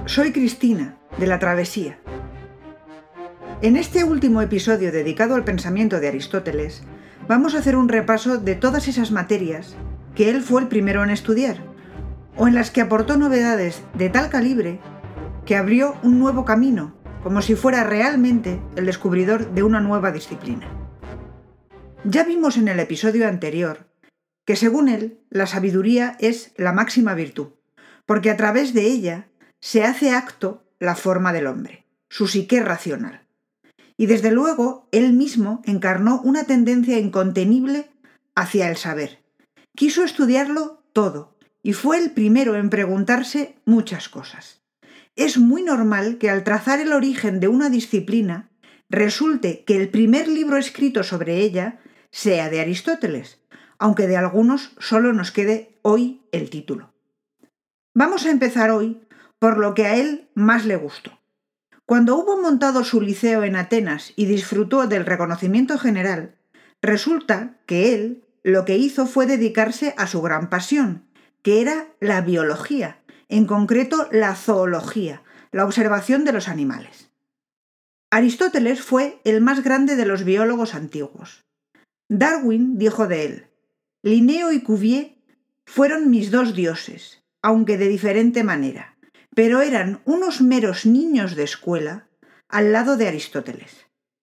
Soy Cristina, de La Travesía. En este último episodio dedicado al pensamiento de Aristóteles, vamos a hacer un repaso de todas esas materias que él fue el primero en estudiar, o en las que aportó novedades de tal calibre que abrió un nuevo camino, como si fuera realmente el descubridor de una nueva disciplina. Ya vimos en el episodio anterior que según él, la sabiduría es la máxima virtud, porque a través de ella se hace acto la forma del hombre, su psique racional. Y desde luego, él mismo encarnó una tendencia incontenible hacia el saber. Quiso estudiarlo todo y fue el primero en preguntarse muchas cosas. Es muy normal que al trazar el origen de una disciplina, resulte que el primer libro escrito sobre ella sea de Aristóteles, aunque de algunos solo nos quede hoy el título. Vamos a empezar hoy por lo que a él más le gustó. Cuando hubo montado su liceo en Atenas y disfrutó del reconocimiento general, resulta que él lo que hizo fue dedicarse a su gran pasión, que era la biología, en concreto la zoología, la observación de los animales. Aristóteles fue el más grande de los biólogos antiguos. Darwin dijo de él: Linneo y Cuvier fueron mis dos dioses, aunque de diferente manera, pero eran unos meros niños de escuela al lado de Aristóteles.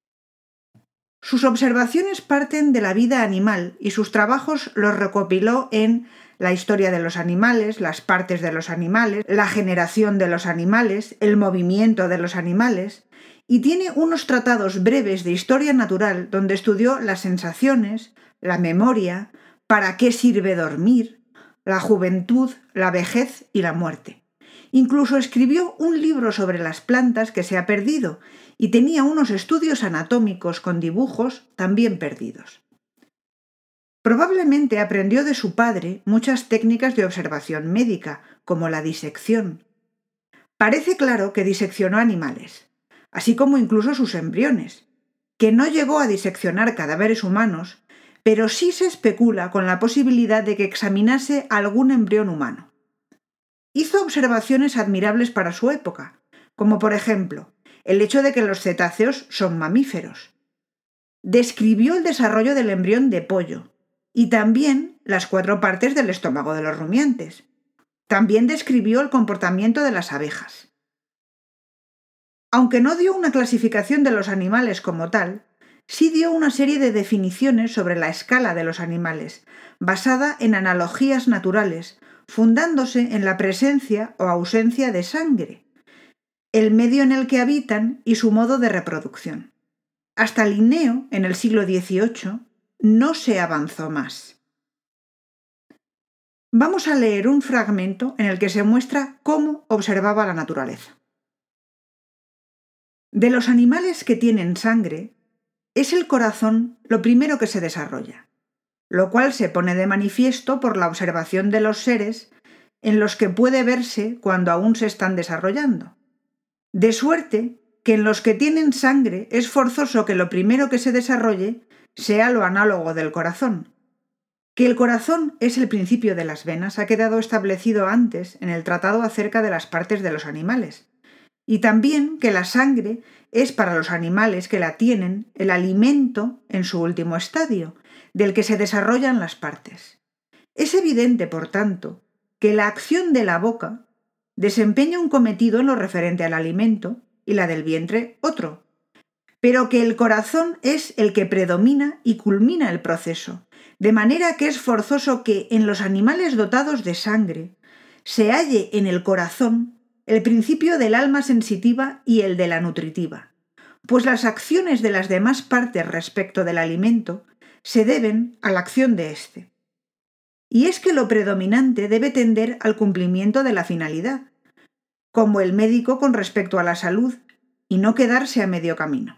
Sus observaciones parten de la vida animal y sus trabajos los recopiló en La historia de los animales, las partes de los animales, la generación de los animales, el movimiento de los animales, y tiene unos tratados breves de historia natural donde estudió las sensaciones, la memoria, para qué sirve dormir, la juventud, la vejez y la muerte. Incluso escribió un libro sobre las plantas que se ha perdido y tenía unos estudios anatómicos con dibujos también perdidos. Probablemente aprendió de su padre muchas técnicas de observación médica, como la disección. Parece claro que diseccionó animales, así como incluso sus embriones, que no llegó a diseccionar cadáveres humanos, pero sí se especula con la posibilidad de que examinase algún embrión humano. Hizo observaciones admirables para su época, como por ejemplo, el hecho de que los cetáceos son mamíferos. Describió el desarrollo del embrión de pollo y también las 4 partes del estómago de los rumiantes. También describió el comportamiento de las abejas. Aunque no dio una clasificación de los animales como tal, sí dio una serie de definiciones sobre la escala de los animales, basada en analogías naturales, fundándose en la presencia o ausencia de sangre, el medio en el que habitan y su modo de reproducción. Hasta Linneo, en el siglo XVIII, no se avanzó más. Vamos a leer un fragmento en el que se muestra cómo observaba la naturaleza. De los animales que tienen sangre, es el corazón lo primero que se desarrolla, lo cual se pone de manifiesto por la observación de los seres en los que puede verse cuando aún se están desarrollando. De suerte que en los que tienen sangre es forzoso que lo primero que se desarrolle sea lo análogo del corazón. Que el corazón es el principio de las venas ha quedado establecido antes en el tratado acerca de las partes de los animales, y también que la sangre es para los animales que la tienen el alimento en su último estadio, del que se desarrollan las partes. Es evidente, por tanto, que la acción de la boca desempeña un cometido en lo referente al alimento y la del vientre otro, pero que el corazón es el que predomina y culmina el proceso, de manera que es forzoso que en los animales dotados de sangre se halle en el corazón el principio del alma sensitiva y el de la nutritiva, pues las acciones de las demás partes respecto del alimento se deben a la acción de éste. Y es que lo predominante debe tender al cumplimiento de la finalidad, como el médico con respecto a la salud, y no quedarse a medio camino.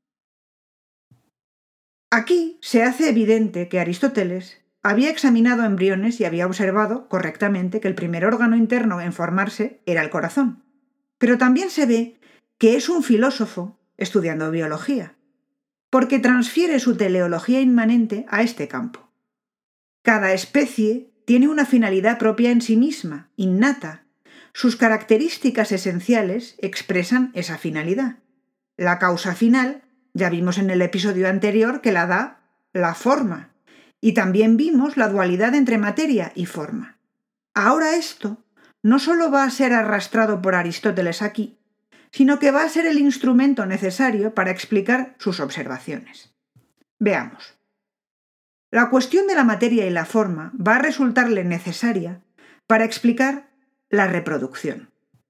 Aquí se hace evidente que Aristóteles había examinado embriones y había observado correctamente que el primer órgano interno en formarse era el corazón. Pero también se ve que es un filósofo estudiando biología, porque transfiere su teleología inmanente a este campo. Cada especie tiene una finalidad propia en sí misma, innata, Sus características esenciales expresan esa finalidad. La causa final, ya vimos en el episodio anterior que la da la forma, y también vimos la dualidad entre materia y forma. Ahora esto no solo va a ser arrastrado por Aristóteles aquí, sino que va a ser el instrumento necesario para explicar sus observaciones. Veamos. La cuestión de la materia y la forma va a resultarle necesaria para explicar la reproducción.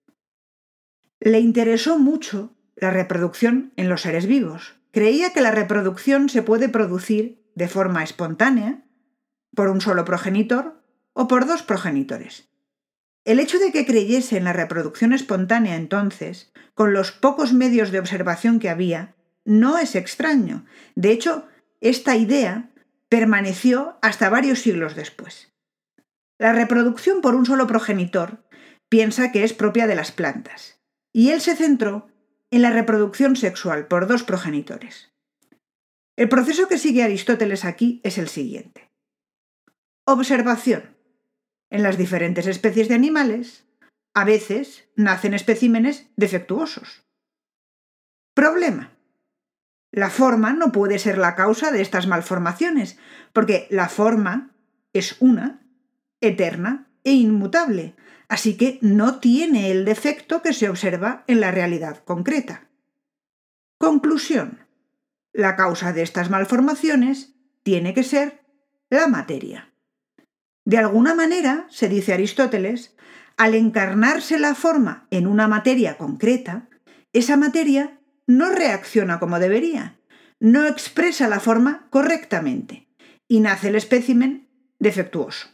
Le interesó mucho la reproducción en los seres vivos. Creía que la reproducción se puede producir de forma espontánea, por un solo progenitor o por dos progenitores. El hecho de que creyese en la reproducción espontánea entonces, con los pocos medios de observación que había, no es extraño. De hecho, esta idea permaneció hasta varios siglos después. La reproducción por un solo progenitor piensa que es propia de las plantas, y él se centró en la reproducción sexual por dos progenitores. El proceso que sigue Aristóteles aquí es el siguiente. Observación. En las diferentes especies de animales, a veces nacen especímenes defectuosos. Problema. La forma no puede ser la causa de estas malformaciones, porque la forma es una, eterna e inmutable, así que no tiene el defecto que se observa en la realidad concreta. Conclusión. La causa de estas malformaciones tiene que ser la materia. De alguna manera, se dice Aristóteles, al encarnarse la forma en una materia concreta, esa materia no reacciona como debería, no expresa la forma correctamente y nace el espécimen defectuoso.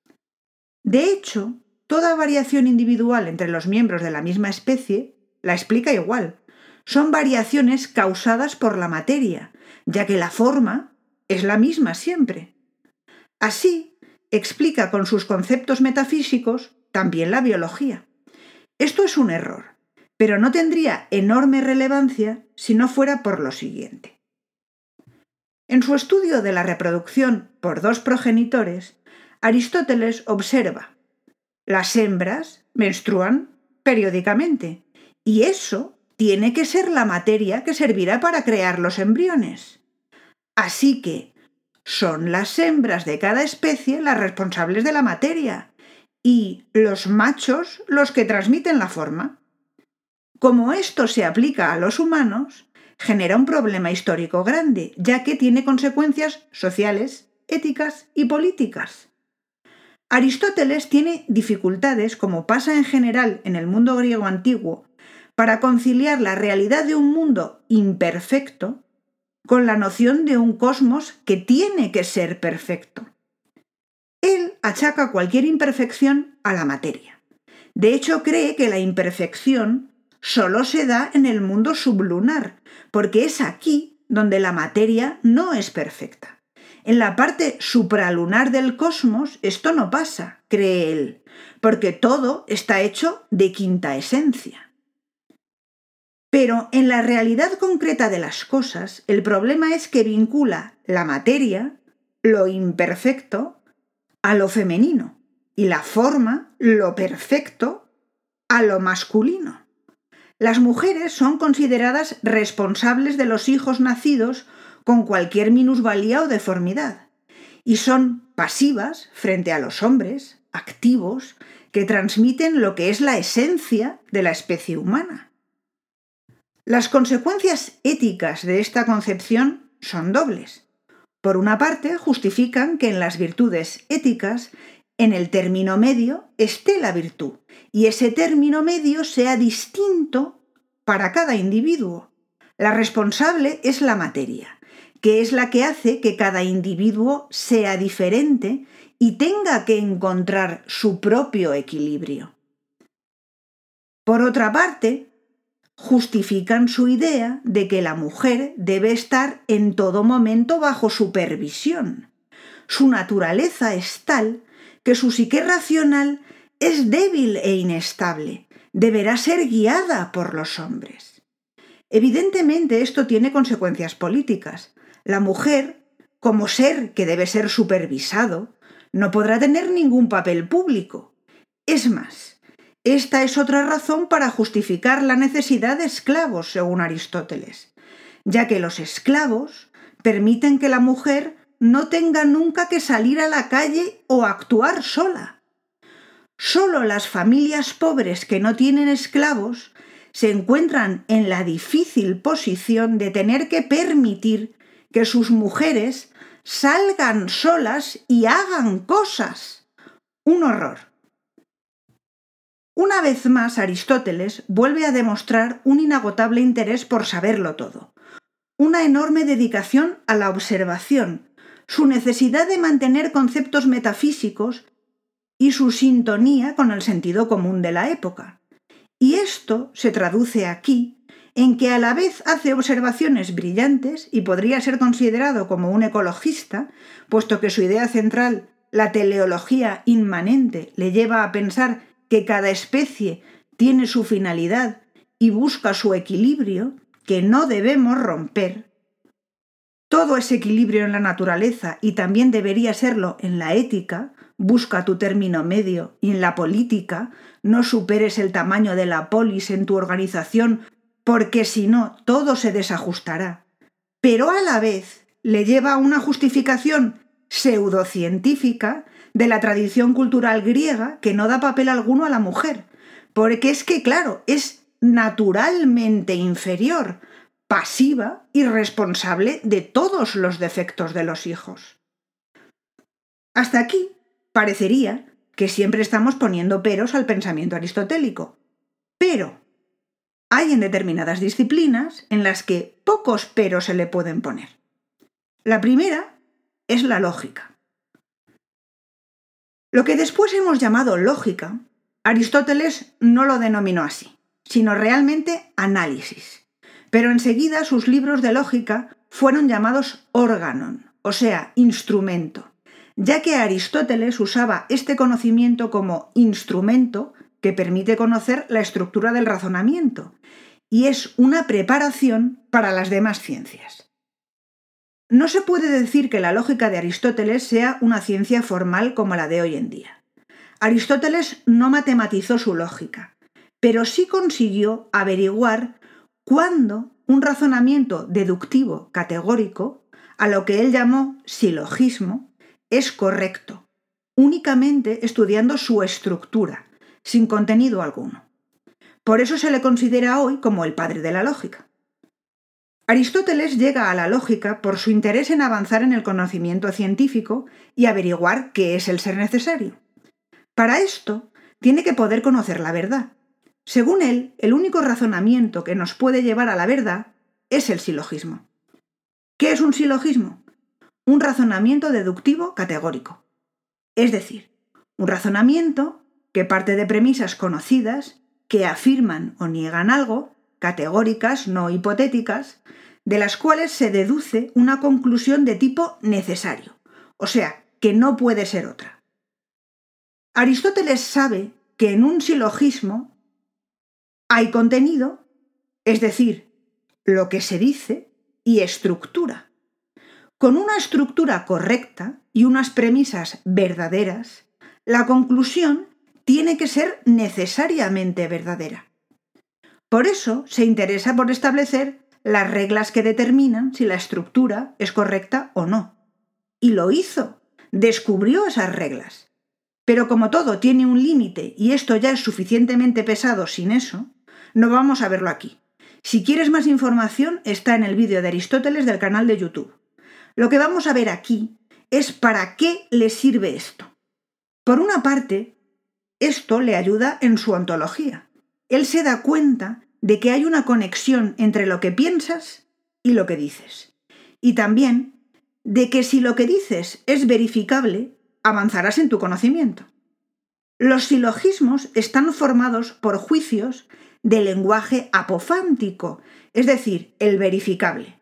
De hecho, toda variación individual entre los miembros de la misma especie la explica igual. Son variaciones causadas por la materia, ya que la forma es la misma siempre. Así, explica con sus conceptos metafísicos también la biología. Esto es un error, pero no tendría enorme relevancia si no fuera por lo siguiente. En su estudio de la reproducción por dos progenitores, Aristóteles observa: las hembras menstruan periódicamente, y eso tiene que ser la materia que servirá para crear los embriones. Así que son las hembras de cada especie las responsables de la materia, y los machos los que transmiten la forma. Como esto se aplica a los humanos, genera un problema histórico grande, ya que tiene consecuencias sociales, éticas y políticas. Aristóteles tiene dificultades, como pasa en general en el mundo griego antiguo, para conciliar la realidad de un mundo imperfecto con la noción de un cosmos que tiene que ser perfecto. Él achaca cualquier imperfección a la materia. De hecho, cree que la imperfección solo se da en el mundo sublunar, porque es aquí donde la materia no es perfecta. En la parte supralunar del cosmos esto no pasa, cree él, porque todo está hecho de quinta esencia. Pero en la realidad concreta de las cosas, el problema es que vincula la materia, lo imperfecto, a lo femenino, y la forma, lo perfecto, a lo masculino. Las mujeres son consideradas responsables de los hijos nacidos con cualquier minusvalía o deformidad, y son pasivas frente a los hombres, activos, que transmiten lo que es la esencia de la especie humana. Las consecuencias éticas de esta concepción son dobles. Por una parte, justifican que en las virtudes éticas, en el término medio, esté la virtud, y ese término medio sea distinto para cada individuo. La responsable es la materia, que es la que hace que cada individuo sea diferente y tenga que encontrar su propio equilibrio. Por otra parte, justifican su idea de que la mujer debe estar en todo momento bajo supervisión. Su naturaleza es tal que su psique racional es débil e inestable, deberá ser guiada por los hombres. Evidentemente esto tiene consecuencias políticas. La mujer, como ser que debe ser supervisado, no podrá tener ningún papel público. Es más, Esta es otra razón para justificar la necesidad de esclavos, según Aristóteles, ya que los esclavos permiten que la mujer no tenga nunca que salir a la calle o actuar sola. Solo las familias pobres que no tienen esclavos se encuentran en la difícil posición de tener que permitir que sus mujeres salgan solas y hagan cosas. Un horror. Una vez más, Aristóteles vuelve a demostrar un inagotable interés por saberlo todo, una enorme dedicación a la observación, su necesidad de mantener conceptos metafísicos y su sintonía con el sentido común de la época. Y esto se traduce aquí en que a la vez hace observaciones brillantes y podría ser considerado como un ecologista, puesto que su idea central, la teleología inmanente, le lleva a pensar que cada especie tiene su finalidad y busca su equilibrio, que no debemos romper. Todo ese equilibrio en la naturaleza, y también debería serlo en la ética, busca tu término medio, y en la política no superes el tamaño de la polis en tu organización, porque si no, todo se desajustará. Pero a la vez le lleva a una justificación pseudocientífica de la tradición cultural griega que no da papel alguno a la mujer, porque es que, claro, es naturalmente inferior, pasiva y responsable de todos los defectos de los hijos. Hasta aquí parecería que siempre estamos poniendo peros al pensamiento aristotélico, pero hay en determinadas disciplinas en las que pocos peros se le pueden poner. La primera es la lógica. Lo que después hemos llamado lógica, Aristóteles no lo denominó así, sino realmente análisis. Pero enseguida sus libros de lógica fueron llamados órganon, o sea, instrumento, ya que Aristóteles usaba este conocimiento como instrumento que permite conocer la estructura del razonamiento, y es una preparación para las demás ciencias. No se puede decir que la lógica de Aristóteles sea una ciencia formal como la de hoy en día. Aristóteles no matematizó su lógica, pero sí consiguió averiguar cuándo un razonamiento deductivo categórico, a lo que él llamó silogismo, es correcto, únicamente estudiando su estructura, sin contenido alguno. Por eso se le considera hoy como el padre de la lógica. Aristóteles llega a la lógica por su interés en avanzar en el conocimiento científico y averiguar qué es el ser necesario. Para esto, tiene que poder conocer la verdad. Según él, el único razonamiento que nos puede llevar a la verdad es el silogismo. ¿Qué es un silogismo? Un razonamiento deductivo categórico. Es decir, un razonamiento que parte de premisas conocidas que afirman o niegan algo, categóricas, no hipotéticas, de las cuales se deduce una conclusión de tipo necesario, o sea, que no puede ser otra. Aristóteles sabe que en un silogismo hay contenido, es decir, lo que se dice, y estructura. Con una estructura correcta y unas premisas verdaderas, la conclusión tiene que ser necesariamente verdadera. Por eso se interesa por establecer las reglas que determinan si la estructura es correcta o no. Y lo hizo, descubrió esas reglas. Pero como todo tiene un límite y esto ya es suficientemente pesado sin eso, no vamos a verlo aquí. Si quieres más información, está en el vídeo de Aristóteles del canal de YouTube. Lo que vamos a ver aquí es para qué le sirve esto. Por una parte, esto le ayuda en su ontología. Él se da cuenta de que hay una conexión entre lo que piensas y lo que dices. Y también de que si lo que dices es verificable, avanzarás en tu conocimiento. Los silogismos están formados por juicios de lenguaje apofántico, es decir, el verificable.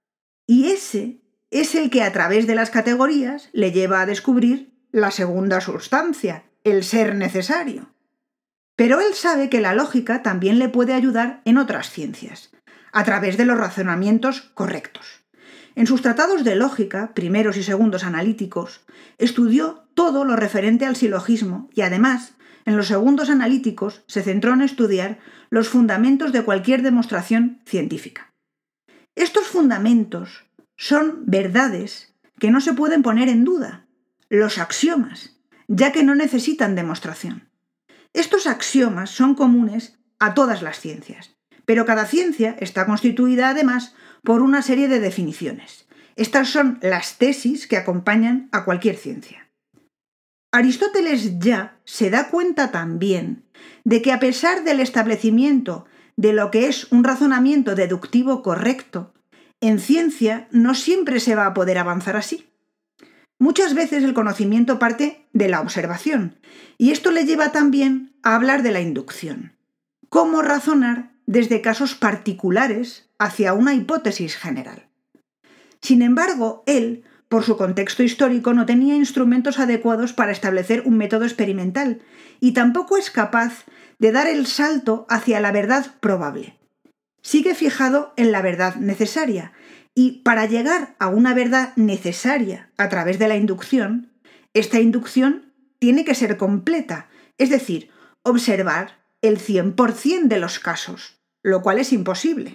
Y ese es el que a través de las categorías le lleva a descubrir la segunda sustancia, el ser necesario. Pero él sabe que la lógica también le puede ayudar en otras ciencias, a través de los razonamientos correctos. En sus tratados de lógica, primeros y segundos analíticos, estudió todo lo referente al silogismo y además en los segundos analíticos se centró en estudiar los fundamentos de cualquier demostración científica. Estos fundamentos son verdades que no se pueden poner en duda, los axiomas, ya que no necesitan demostración. Estos axiomas son comunes a todas las ciencias, pero cada ciencia está constituida además por una serie de definiciones. Estas son las tesis que acompañan a cualquier ciencia. Aristóteles ya se da cuenta también de que a pesar del establecimiento de lo que es un razonamiento deductivo correcto, en ciencia no siempre se va a poder avanzar así. Muchas veces el conocimiento parte de la observación, y esto le lleva también a hablar de la inducción. Cómo razonar desde casos particulares hacia una hipótesis general. Sin embargo, él, por su contexto histórico, no tenía instrumentos adecuados para establecer un método experimental y tampoco es capaz de dar el salto hacia la verdad probable. Sigue fijado en la verdad necesaria y para llegar a una verdad necesaria a través de la inducción, esta inducción tiene que ser completa, es decir, observar el 100% de los casos, lo cual es imposible.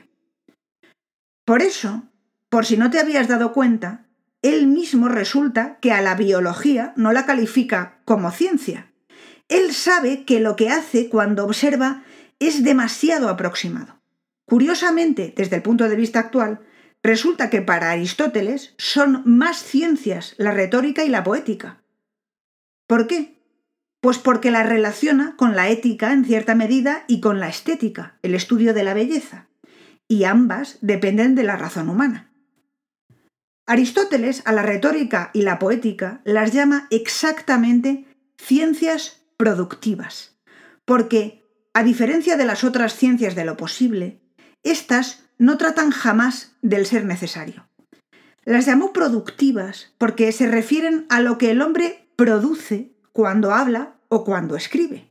Por eso, por si no te habías dado cuenta, él mismo resulta que a la biología no la califica como ciencia. Él sabe que lo que hace cuando observa es demasiado aproximado. Curiosamente, desde el punto de vista actual, resulta que para Aristóteles son más ciencias la retórica y la poética. ¿Por qué? Pues porque la relaciona con la ética en cierta medida y con la estética, el estudio de la belleza, y ambas dependen de la razón humana. Aristóteles a la retórica y la poética las llama exactamente ciencias productivas, porque, a diferencia de las otras ciencias de lo posible, éstas no tratan jamás del ser necesario. Las llamó productivas porque se refieren a lo que el hombre produce cuando habla o cuando escribe.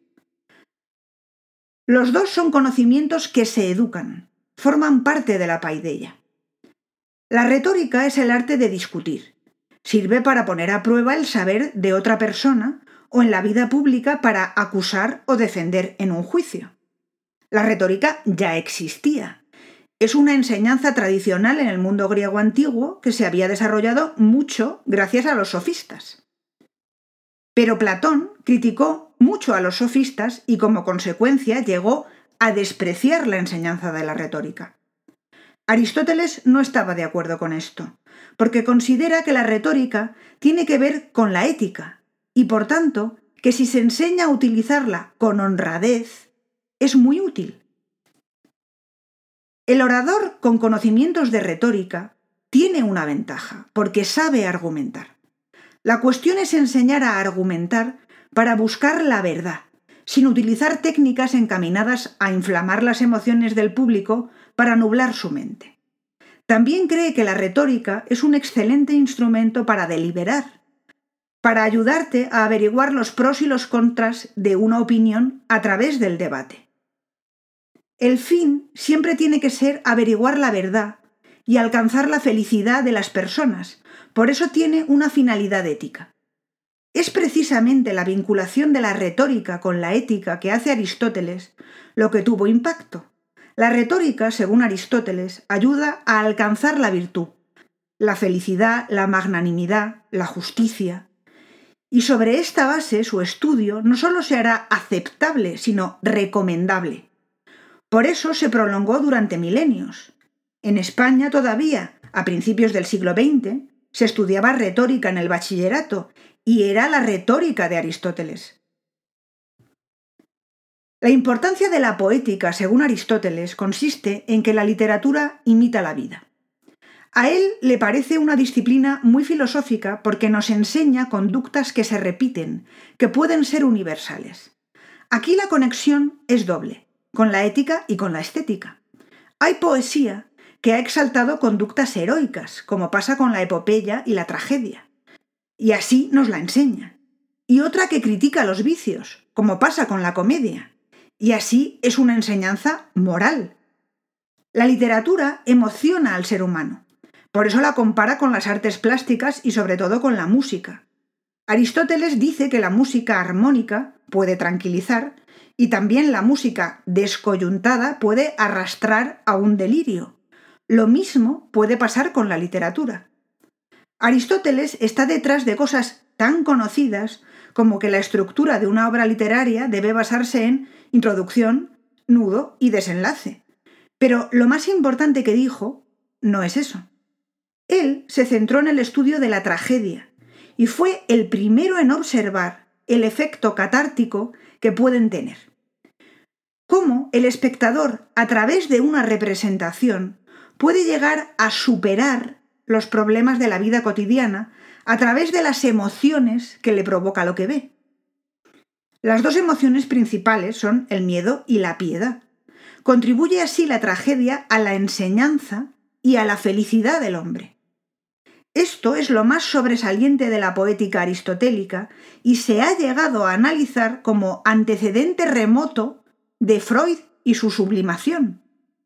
Los dos son conocimientos que se educan, forman parte de la paideia. La retórica es el arte de discutir. Sirve para poner a prueba el saber de otra persona o en la vida pública para acusar o defender en un juicio. La retórica ya existía. Es una enseñanza tradicional en el mundo griego antiguo que se había desarrollado mucho gracias a los sofistas. Pero Platón criticó mucho a los sofistas y como consecuencia llegó a despreciar la enseñanza de la retórica. Aristóteles no estaba de acuerdo con esto, porque considera que la retórica tiene que ver con la ética y, por tanto, que si se enseña a utilizarla con honradez, es muy útil. El orador con conocimientos de retórica tiene una ventaja, porque sabe argumentar. La cuestión es enseñar a argumentar para buscar la verdad, sin utilizar técnicas encaminadas a inflamar las emociones del público para nublar su mente. También cree que la retórica es un excelente instrumento para deliberar, para ayudarte a averiguar los pros y los contras de una opinión a través del debate. El fin siempre tiene que ser averiguar la verdad y alcanzar la felicidad de las personas, por eso tiene una finalidad ética. Es precisamente la vinculación de la retórica con la ética que hace Aristóteles lo que tuvo impacto. La retórica, según Aristóteles, ayuda a alcanzar la virtud, la felicidad, la magnanimidad, la justicia. Y sobre esta base su estudio no solo se hará aceptable, sino recomendable. Por eso se prolongó durante milenios. En España todavía, a principios del siglo XX, se estudiaba retórica en el bachillerato y era la retórica de Aristóteles. La importancia de la poética, según Aristóteles, consiste en que la literatura imita la vida. A él le parece una disciplina muy filosófica porque nos enseña conductas que se repiten, que pueden ser universales. Aquí la conexión es doble, con la ética y con la estética. Hay poesía que ha exaltado conductas heroicas, como pasa con la epopeya y la tragedia, y así nos la enseña. Y otra que critica los vicios, como pasa con la comedia, y así es una enseñanza moral. La literatura emociona al ser humano, por eso la compara con las artes plásticas y sobre todo con la música. Aristóteles dice que la música armónica puede tranquilizar y también la música descoyuntada puede arrastrar a un delirio. Lo mismo puede pasar con la literatura. Aristóteles está detrás de cosas tan conocidas como que la estructura de una obra literaria debe basarse en introducción, nudo y desenlace. Pero lo más importante que dijo no es eso. Él se centró en el estudio de la tragedia y fue el primero en observar el efecto catártico que pueden tener. Cómo el espectador, a través de una representación, puede llegar a superar los problemas de la vida cotidiana a través de las emociones que le provoca lo que ve. Las dos emociones principales son el miedo y la piedad. Contribuye así la tragedia a la enseñanza y a la felicidad del hombre. Esto es lo más sobresaliente de la poética aristotélica y se ha llegado a analizar como antecedente remoto de Freud y su sublimación.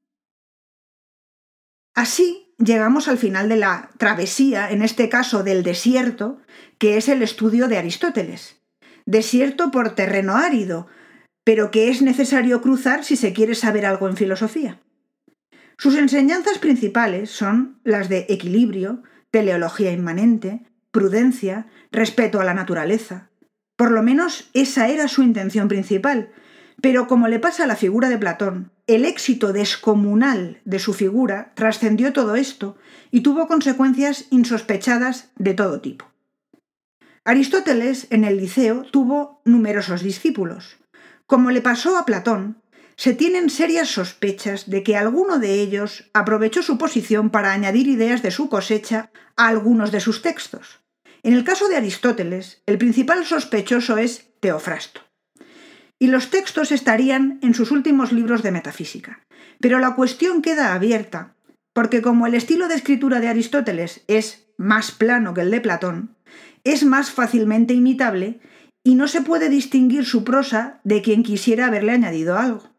Así llegamos al final de la travesía, en este caso del desierto, que es el estudio de Aristóteles. Desierto por terreno árido, pero que es necesario cruzar si se quiere saber algo en filosofía. Sus enseñanzas principales son las de equilibrio, teleología inmanente, prudencia, respeto a la naturaleza. Por lo menos esa era su intención principal, pero como le pasa a la figura de Platón, el éxito descomunal de su figura trascendió todo esto y tuvo consecuencias insospechadas de todo tipo. Aristóteles en el Liceo tuvo numerosos discípulos. Como le pasó a Platón, se tienen serias sospechas de que alguno de ellos aprovechó su posición para añadir ideas de su cosecha a algunos de sus textos. En el caso de Aristóteles, el principal sospechoso es Teofrasto. Y los textos estarían en sus últimos libros de metafísica. Pero la cuestión queda abierta, porque como el estilo de escritura de Aristóteles es más plano que el de Platón, es más fácilmente imitable y no se puede distinguir su prosa de quien quisiera haberle añadido algo.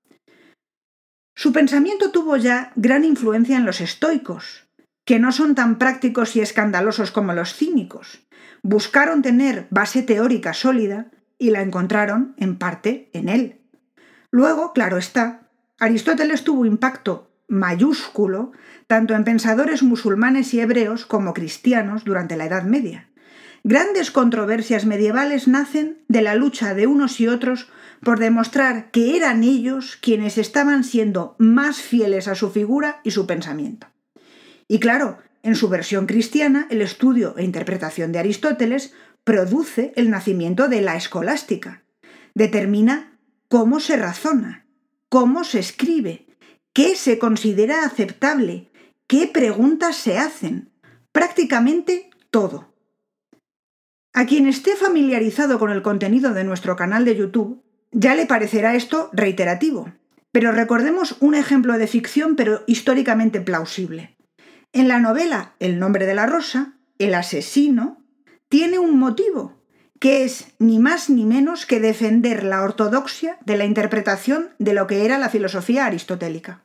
Su pensamiento tuvo ya gran influencia en los estoicos, que no son tan prácticos y escandalosos como los cínicos. Buscaron tener base teórica sólida y la encontraron, en parte, en él. Luego, claro está, Aristóteles tuvo impacto mayúsculo tanto en pensadores musulmanes y hebreos como cristianos durante la Edad Media. Grandes controversias medievales nacen de la lucha de unos y otros por demostrar que eran ellos quienes estaban siendo más fieles a su figura y su pensamiento. Y claro, en su versión cristiana, el estudio e interpretación de Aristóteles produce el nacimiento de la escolástica. Determina cómo se razona, cómo se escribe, qué se considera aceptable, qué preguntas se hacen, prácticamente todo. A quien esté familiarizado con el contenido de nuestro canal de YouTube, ya le parecerá esto reiterativo, pero recordemos un ejemplo de ficción pero históricamente plausible. En la novela El nombre de la rosa, el asesino tiene un motivo, que es ni más ni menos que defender la ortodoxia de la interpretación de lo que era la filosofía aristotélica.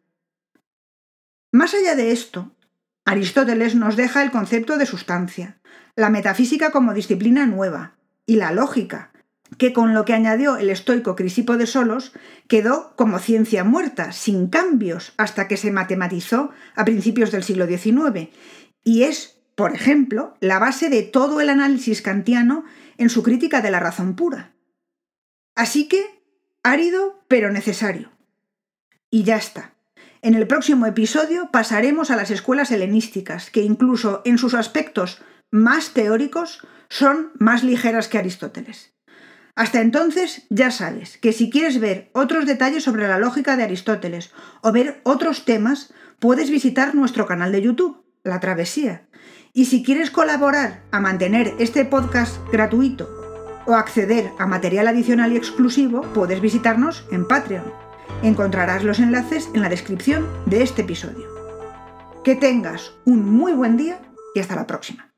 Más allá de esto, Aristóteles nos deja el concepto de sustancia, la metafísica como disciplina nueva, y la lógica, que con lo que añadió el estoico Crisipo de Solos quedó como ciencia muerta, sin cambios, hasta que se matematizó a principios del siglo XIX, y es, por ejemplo, la base de todo el análisis kantiano en su crítica de la razón pura. Así que, árido pero necesario. Y ya está. En el próximo episodio pasaremos a las escuelas helenísticas, que incluso en sus aspectos más teóricos son más ligeras que Aristóteles. Hasta entonces ya sabes que si quieres ver otros detalles sobre la lógica de Aristóteles o ver otros temas, puedes visitar nuestro canal de YouTube, La Travesía. Y si quieres colaborar a mantener este podcast gratuito o acceder a material adicional y exclusivo, puedes visitarnos en Patreon. Encontrarás los enlaces en la descripción de este episodio. Que tengas un muy buen día y hasta la próxima.